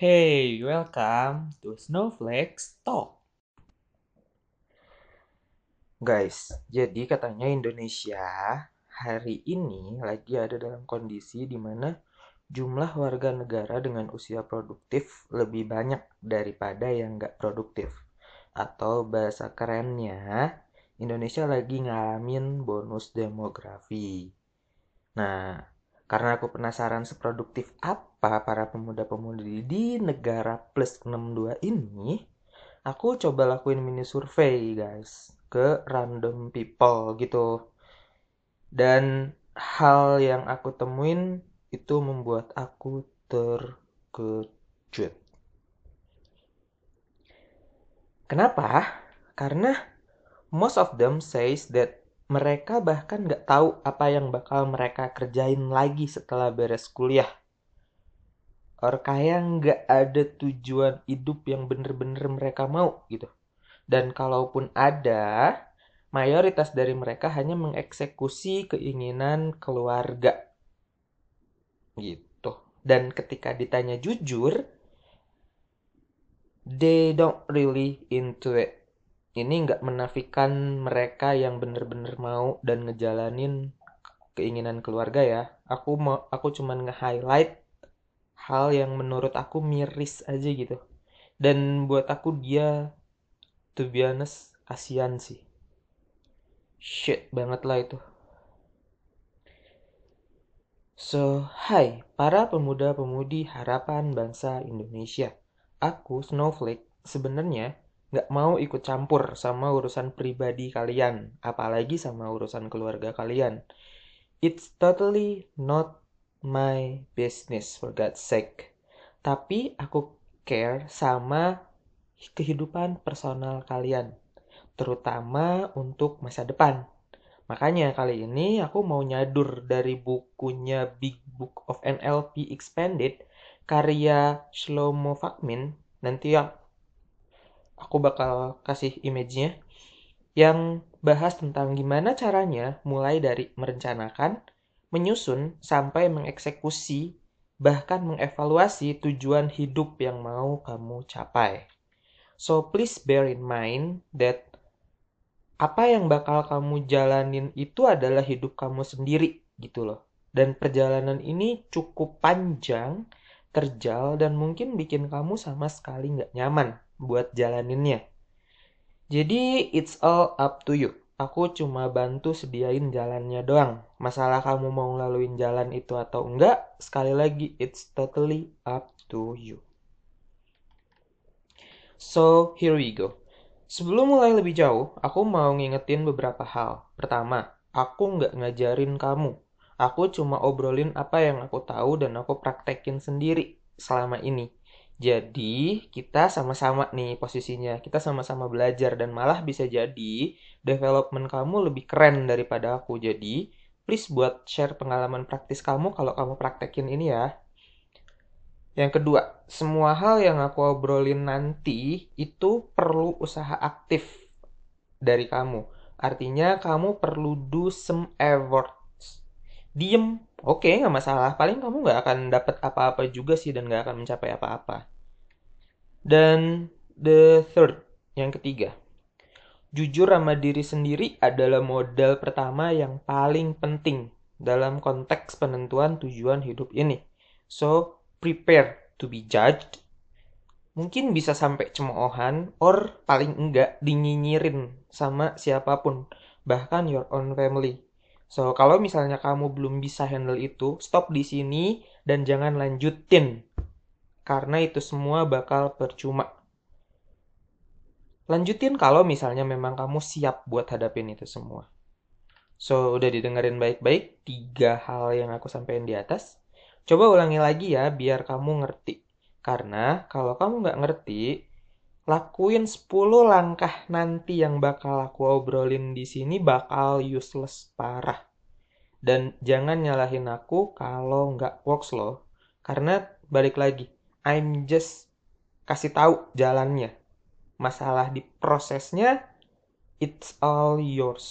Hey, welcome to Snowflakes Talk. Guys, jadi katanya Indonesia hari ini lagi ada dalam kondisi di mana jumlah warga negara dengan usia produktif lebih banyak daripada yang nggak produktif. Atau bahasa kerennya, Indonesia lagi ngalamin bonus demografi. Nah, karena aku penasaran seproduktif apa para pemuda-pemudi di negara plus 62 ini, aku coba lakuin mini survei, guys, ke random people gitu. Dan hal yang aku temuin itu membuat aku terkejut. Kenapa? Karena most of them says that mereka bahkan nggak tahu apa yang bakal mereka kerjain lagi setelah beres kuliah. Or kayak nggak ada tujuan hidup yang bener-bener mereka mau gitu. Dan kalaupun ada, mayoritas dari mereka hanya mengeksekusi keinginan keluarga gitu. Dan ketika ditanya jujur, they don't really into it. Ini nggak menafikan mereka yang bener-bener mau dan ngejalanin keinginan keluarga ya. Aku cuman nge-highlight hal yang menurut aku miris aja gitu. Dan buat aku dia, to be honest, kasihan sih. Shit banget lah itu. So, hai para pemuda-pemudi harapan bangsa Indonesia. Aku, Snowflake, sebenarnya nggak mau ikut campur sama urusan pribadi kalian, apalagi sama urusan keluarga kalian. It's totally not my business, for God's sake. Tapi aku care sama kehidupan personal kalian, terutama untuk masa depan. Makanya kali ini aku mau nyadur dari bukunya Big Book of NLP Expanded karya Shlomo Fakmin. Nanti ya aku bakal kasih image-nya yang bahas tentang gimana caranya mulai dari merencanakan, menyusun, sampai mengeksekusi, bahkan mengevaluasi tujuan hidup yang mau kamu capai. So please bear in mind that apa yang bakal kamu jalanin itu adalah hidup kamu sendiri gitu loh. Dan perjalanan ini cukup panjang, terjal, dan mungkin bikin kamu sama sekali nggak nyaman buat jalaninnya. Jadi it's all up to you. Aku cuma bantu sediain jalannya doang. Masalah kamu mau ngelaluin jalan itu atau enggak, sekali lagi it's totally up to you. So, here we go. Sebelum mulai lebih jauh, aku mau ngingetin beberapa hal. Pertama, aku nggak ngajarin kamu. Aku cuma obrolin apa yang aku tahu dan aku praktekin sendiri selama ini. Jadi, kita sama-sama nih posisinya. Kita sama-sama belajar dan malah bisa jadi development kamu lebih keren daripada aku. Jadi, please buat share pengalaman praktis kamu kalau kamu praktekin ini ya. Yang kedua, semua hal yang aku obrolin nanti itu perlu usaha aktif dari kamu. Artinya kamu perlu do some efforts. Diem, oke nggak masalah. Paling kamu nggak akan dapat apa-apa juga sih dan nggak akan mencapai apa-apa. Dan the third, yang ketiga, jujur sama diri sendiri adalah modal pertama yang paling penting dalam konteks penentuan tujuan hidup ini. So, prepare to be judged. Mungkin bisa sampai cemoohan, or paling enggak dinyinyirin sama siapapun, bahkan your own family. So, kalau misalnya kamu belum bisa handle itu, stop di sini dan jangan lanjutin. Karena itu semua bakal percuma. Lanjutin kalau misalnya memang kamu siap buat hadapin itu semua. So, udah didengerin baik-baik 3 hal yang aku sampaikan di atas. Coba ulangi lagi ya, biar kamu ngerti. Karena kalau kamu nggak ngerti, lakuin 10 langkah nanti yang bakal aku obrolin di sini bakal useless parah. Dan jangan nyalahin aku kalau nggak works loh. Karena balik lagi, I'm just kasih tahu jalannya. Masalah di prosesnya, it's all yours.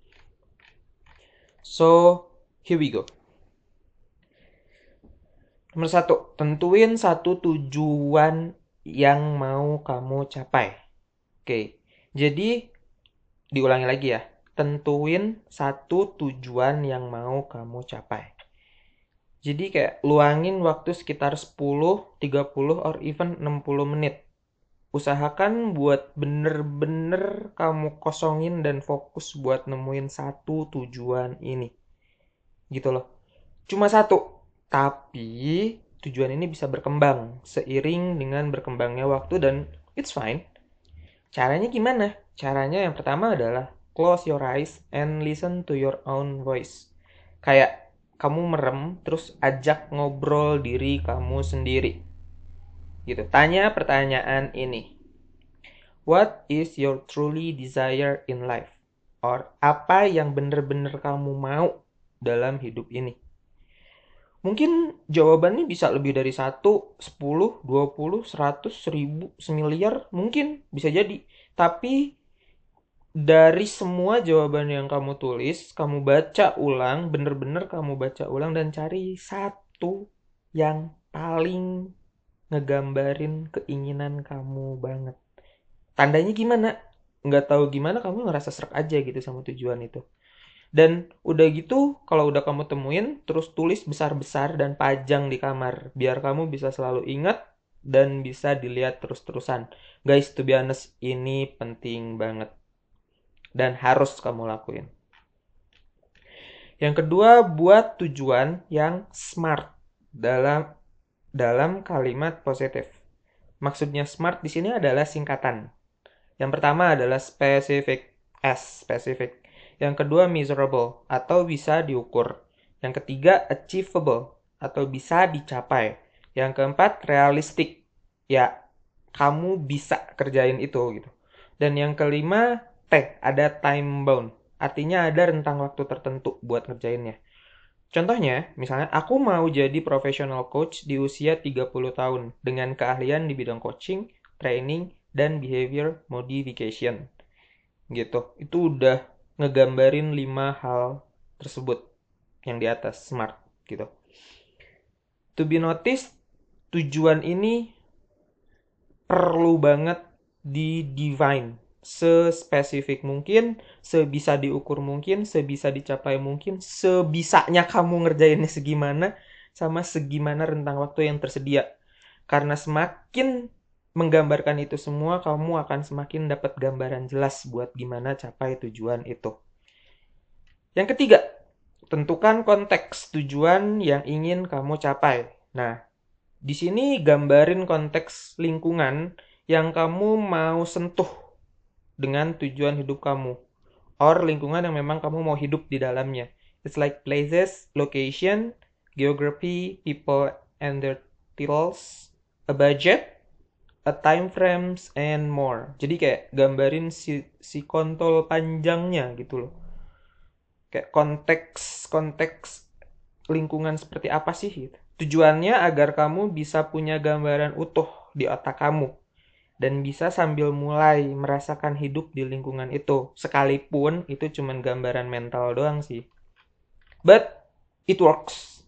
So, here we go. Nomor satu, tentuin satu tujuan yang mau kamu capai. Oke, jadi diulangi lagi ya. Tentuin satu tujuan yang mau kamu capai. Jadi kayak luangin waktu sekitar 10, 30, or even 60 menit. Usahakan buat bener-bener kamu kosongin dan fokus buat nemuin satu tujuan ini. Gitu loh. Cuma satu. Tapi tujuan ini bisa berkembang seiring dengan berkembangnya waktu dan it's fine. Caranya gimana? Caranya yang pertama adalah close your eyes and listen to your own voice. Kayak kamu merem terus ajak ngobrol diri kamu sendiri. Gitu. Tanya pertanyaan ini. What is your truly desire in life? Or apa yang bener-bener kamu mau dalam hidup ini? Mungkin jawabannya bisa lebih dari 1, 10, 20, 100, 1000, semiliar. Mungkin bisa jadi. Tapi dari semua jawaban yang kamu tulis, kamu baca ulang, bener-bener kamu baca ulang dan cari satu yang paling ngegambarin keinginan kamu banget. Tandanya gimana? Nggak tahu gimana kamu ngerasa serak aja gitu sama tujuan itu. Dan udah gitu, kalau udah kamu temuin, terus tulis besar-besar dan pajang di kamar. Biar kamu bisa selalu ingat dan bisa dilihat terus-terusan. Guys, to be honest, ini penting banget. Dan harus kamu lakuin. Yang kedua, buat tujuan yang smart dalam dalam kalimat positif. Maksudnya smart di sini adalah singkatan. Yang pertama adalah specific, S, specific. Yang kedua measurable, atau bisa diukur. Yang ketiga achievable, atau bisa dicapai. Yang keempat realistic, ya kamu bisa kerjain itu gitu. Dan yang kelima T, ada time bound, artinya ada rentang waktu tertentu buat ngerjainnya. Contohnya, misalnya aku mau jadi professional coach di usia 30 tahun dengan keahlian di bidang coaching, training, dan behavior modification. Gitu. Itu udah ngegambarin 5 hal tersebut yang di atas smart gitu. To be noticed, tujuan ini perlu banget di divine sespesifik mungkin, sebisa diukur mungkin, sebisa dicapai mungkin, sebisanya kamu ngerjainnya segimana, sama segimana rentang waktu yang tersedia. Karena semakin menggambarkan itu semua, kamu akan semakin dapat gambaran jelas buat gimana capai tujuan itu. Yang ketiga, tentukan konteks tujuan yang ingin kamu capai. Nah, di sini gambarin konteks lingkungan yang kamu mau sentuh dengan tujuan hidup kamu. Or lingkungan yang memang kamu mau hidup di dalamnya. It's like places, location, geography, people and their titles, a budget, a time frames, and more. Jadi kayak gambarin si kontol panjangnya gitu loh. Kayak konteks lingkungan seperti apa sih gitu. Tujuannya agar kamu bisa punya gambaran utuh di otak kamu dan bisa sambil mulai merasakan hidup di lingkungan itu. Sekalipun itu cuma gambaran mental doang sih. But it works.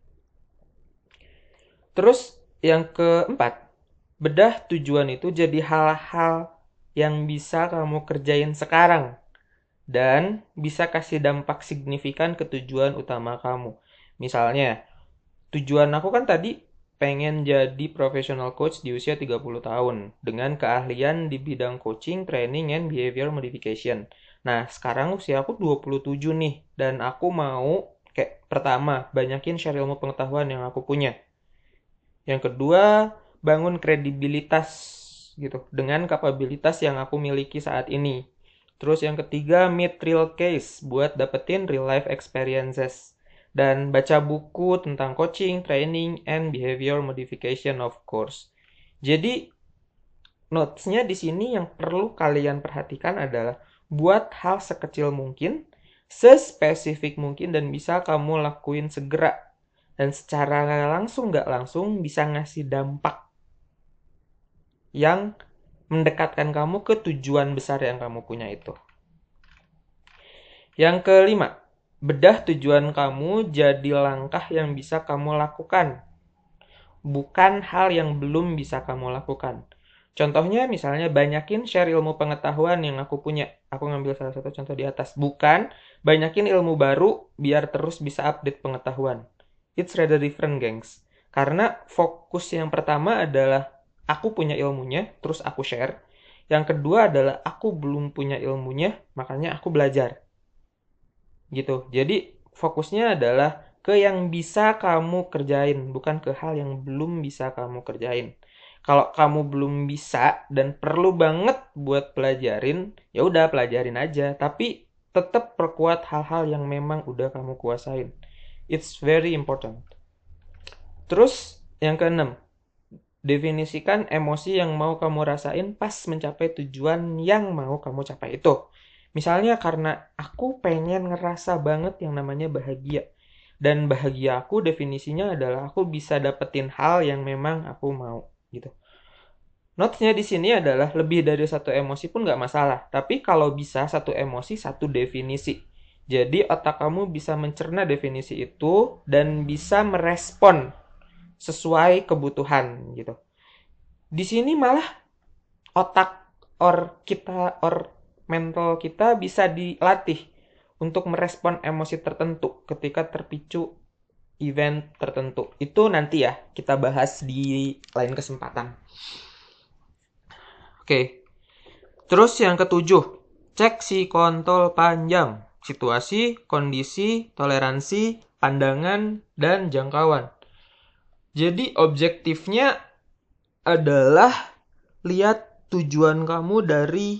Terus yang keempat, bedah tujuan itu jadi hal-hal yang bisa kamu kerjain sekarang dan bisa kasih dampak signifikan ke tujuan utama kamu. Misalnya, tujuan aku kan tadi pengen jadi professional coach di usia 30 tahun dengan keahlian di bidang coaching, training, and behavior modification. Nah, sekarang usia aku 27 nih dan aku mau kayak pertama, banyakin share ilmu pengetahuan yang aku punya. Yang kedua, bangun kredibilitas gitu dengan kapabilitas yang aku miliki saat ini. Terus yang ketiga, meet real case buat dapetin real life experiences. Dan baca buku tentang coaching, training, and behavior modification of course. Jadi, notes-nya di sini yang perlu kalian perhatikan adalah buat hal sekecil mungkin, sespesifik mungkin, dan bisa kamu lakuin segera. Dan secara langsung nggak langsung bisa ngasih dampak yang mendekatkan kamu ke tujuan besar yang kamu punya itu. Yang kelima, bedah tujuan kamu jadi langkah yang bisa kamu lakukan. bukan hal yang belum bisa kamu lakukan. Contohnya misalnya banyakin share ilmu pengetahuan yang aku punya. Aku ngambil salah satu contoh di atas. Bukan banyakin ilmu baru biar terus bisa update pengetahuan. It's rather different, gengs. Karena fokus yang pertama adalah aku punya ilmunya, terus aku share. Yang kedua adalah aku belum punya ilmunya, makanya aku belajar. Gitu. Jadi fokusnya adalah ke yang bisa kamu kerjain, bukan ke hal yang belum bisa kamu kerjain. Kalau kamu belum bisa dan perlu banget buat pelajarin, ya udah pelajarin aja. Tapi tetap perkuat hal-hal yang memang udah kamu kuasain. It's very important. Terus yang keenam, definisikan emosi yang mau kamu rasain pas mencapai tujuan yang mau kamu capai itu. Misalnya karena aku pengen ngerasa banget yang namanya bahagia. Dan bahagia aku definisinya adalah aku bisa dapetin hal yang memang aku mau gitu. Notes-nya di sini adalah lebih dari satu emosi pun nggak masalah. Tapi kalau bisa satu emosi, satu definisi. Jadi otak kamu bisa mencerna definisi itu dan bisa merespon sesuai kebutuhan gitu. Di sini malah otak or mental kita bisa dilatih untuk merespon emosi tertentu ketika terpicu event tertentu. Itu nanti ya kita bahas di lain kesempatan. Oke. Terus yang ketujuh, cek si kontol panjang. Situasi, kondisi, toleransi, pandangan, dan jangkauan. Jadi objektifnya adalah lihat tujuan kamu dari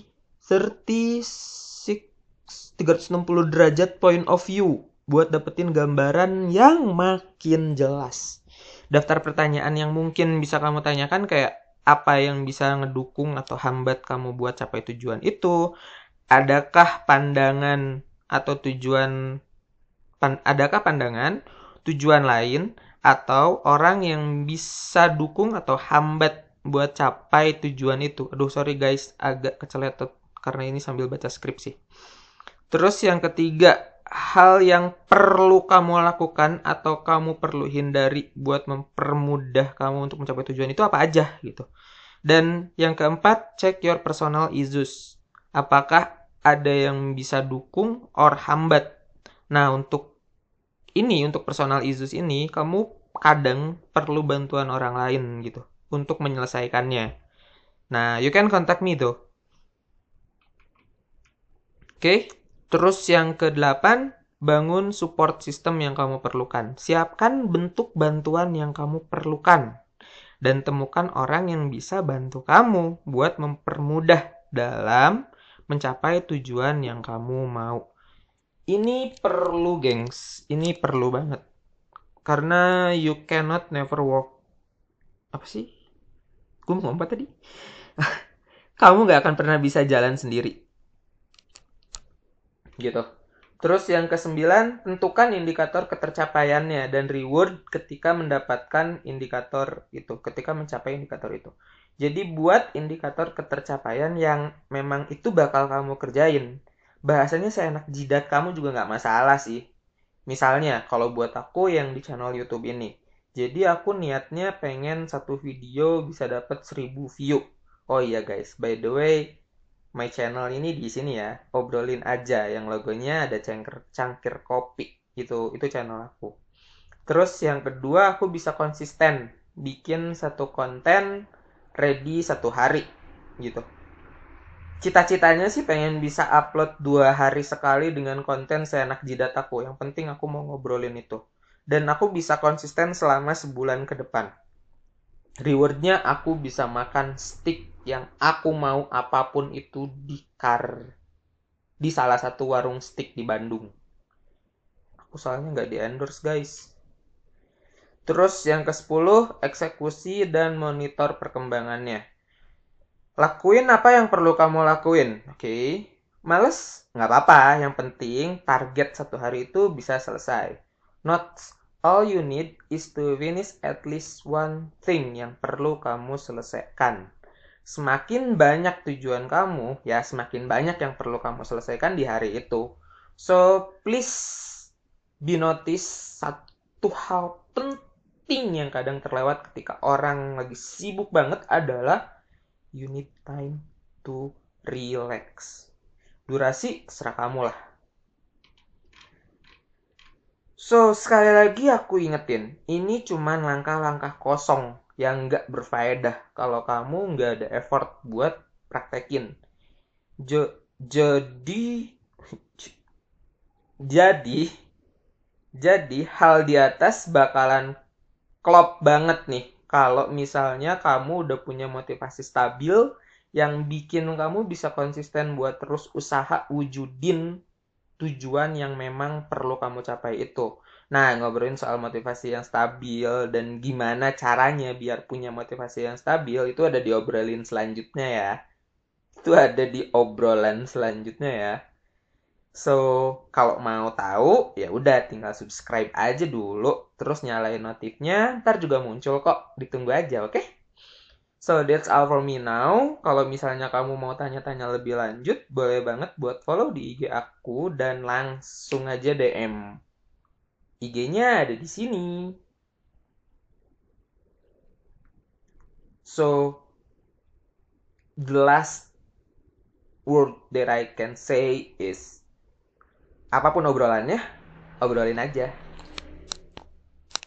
360 derajat point of view buat dapetin gambaran yang makin jelas. Daftar pertanyaan yang mungkin bisa kamu tanyakan kayak apa yang bisa ngedukung atau hambat kamu buat capai tujuan itu? Adakah pandangan atau adakah pandangan, tujuan lain, atau orang yang bisa dukung atau hambat buat capai tujuan itu? Aduh, sorry guys, agak keceletot karena ini sambil baca skripsi. Terus yang ketiga, hal yang perlu kamu lakukan atau kamu perlu hindari buat mempermudah kamu untuk mencapai tujuan itu apa aja gitu. Dan yang keempat, check your personal issues. Apakah ada yang bisa dukung or hambat? Nah, untuk personal issues ini, kamu kadang perlu bantuan orang lain gitu untuk menyelesaikannya. Nah, you can contact me though. Oke, terus yang ke-8, bangun support system yang kamu perlukan. Siapkan bentuk bantuan yang kamu perlukan. Dan temukan orang yang bisa bantu kamu buat mempermudah dalam mencapai tujuan yang kamu mau. Ini perlu, gengs. Ini perlu banget. Karena you cannot never walk. Apa sih? Gue mau ngomong apa tadi? Kamu gak akan pernah bisa jalan sendiri. Gitu. Terus yang ke-9, tentukan indikator ketercapaiannya dan reward ketika mendapatkan indikator itu, ketika mencapai indikator itu. Jadi buat indikator ketercapaian yang memang itu bakal kamu kerjain. Bahasanya seenak jidat kamu juga nggak masalah sih. Misalnya, kalau buat aku yang di channel YouTube ini. Jadi aku niatnya pengen satu video bisa dapat 1000 view. Oh iya guys, by the way, my channel ini di sini ya, obrolin aja yang logonya ada cangkir kopi. Itu channel aku. Terus yang kedua, aku bisa konsisten bikin satu konten ready satu hari gitu. Cita-citanya sih pengen bisa upload 2 hari sekali dengan konten seenak jidat aku. Yang penting aku mau ngobrolin itu. Dan aku bisa konsisten selama sebulan ke depan. Rewardnya aku bisa makan steak yang aku mau apapun itu di salah satu warung steak di Bandung. Aku soalnya nggak di endorse guys. Terus yang ke-10, eksekusi dan monitor perkembangannya. Lakuin apa yang perlu kamu lakuin, oke? Males? Nggak apa-apa, yang penting target satu hari itu bisa selesai. Not all you need is to finish at least one thing yang perlu kamu selesaikan. Semakin banyak tujuan kamu, ya semakin banyak yang perlu kamu selesaikan di hari itu. So, please be notice satu hal penting penting yang kadang terlewat ketika orang lagi sibuk banget adalah you need time to relax. Durasi serah kamu lah. So, sekali lagi aku ingetin, ini cuman langkah-langkah kosong yang nggak berfaedah kalau kamu nggak ada effort buat praktekin. Jadi, jadi, jadi hal di atas bakalan klop banget nih kalau misalnya kamu udah punya motivasi stabil yang bikin kamu bisa konsisten buat terus usaha wujudin tujuan yang memang perlu kamu capai itu. Nah, ngobrolin soal motivasi yang stabil dan gimana caranya biar punya motivasi yang stabil itu ada di obrolin selanjutnya ya. Itu ada di obrolan selanjutnya ya. So, kalau mau tahu, ya udah tinggal subscribe aja dulu, terus nyalain notifnya, ntar juga muncul kok, ditunggu aja, oke? Okay? So, that's all for me now. Kalau misalnya kamu mau tanya-tanya lebih lanjut, boleh banget buat follow di IG aku dan langsung aja DM. IG-nya ada di sini. So, the last word that I can say is apapun obrolannya, obrolin aja.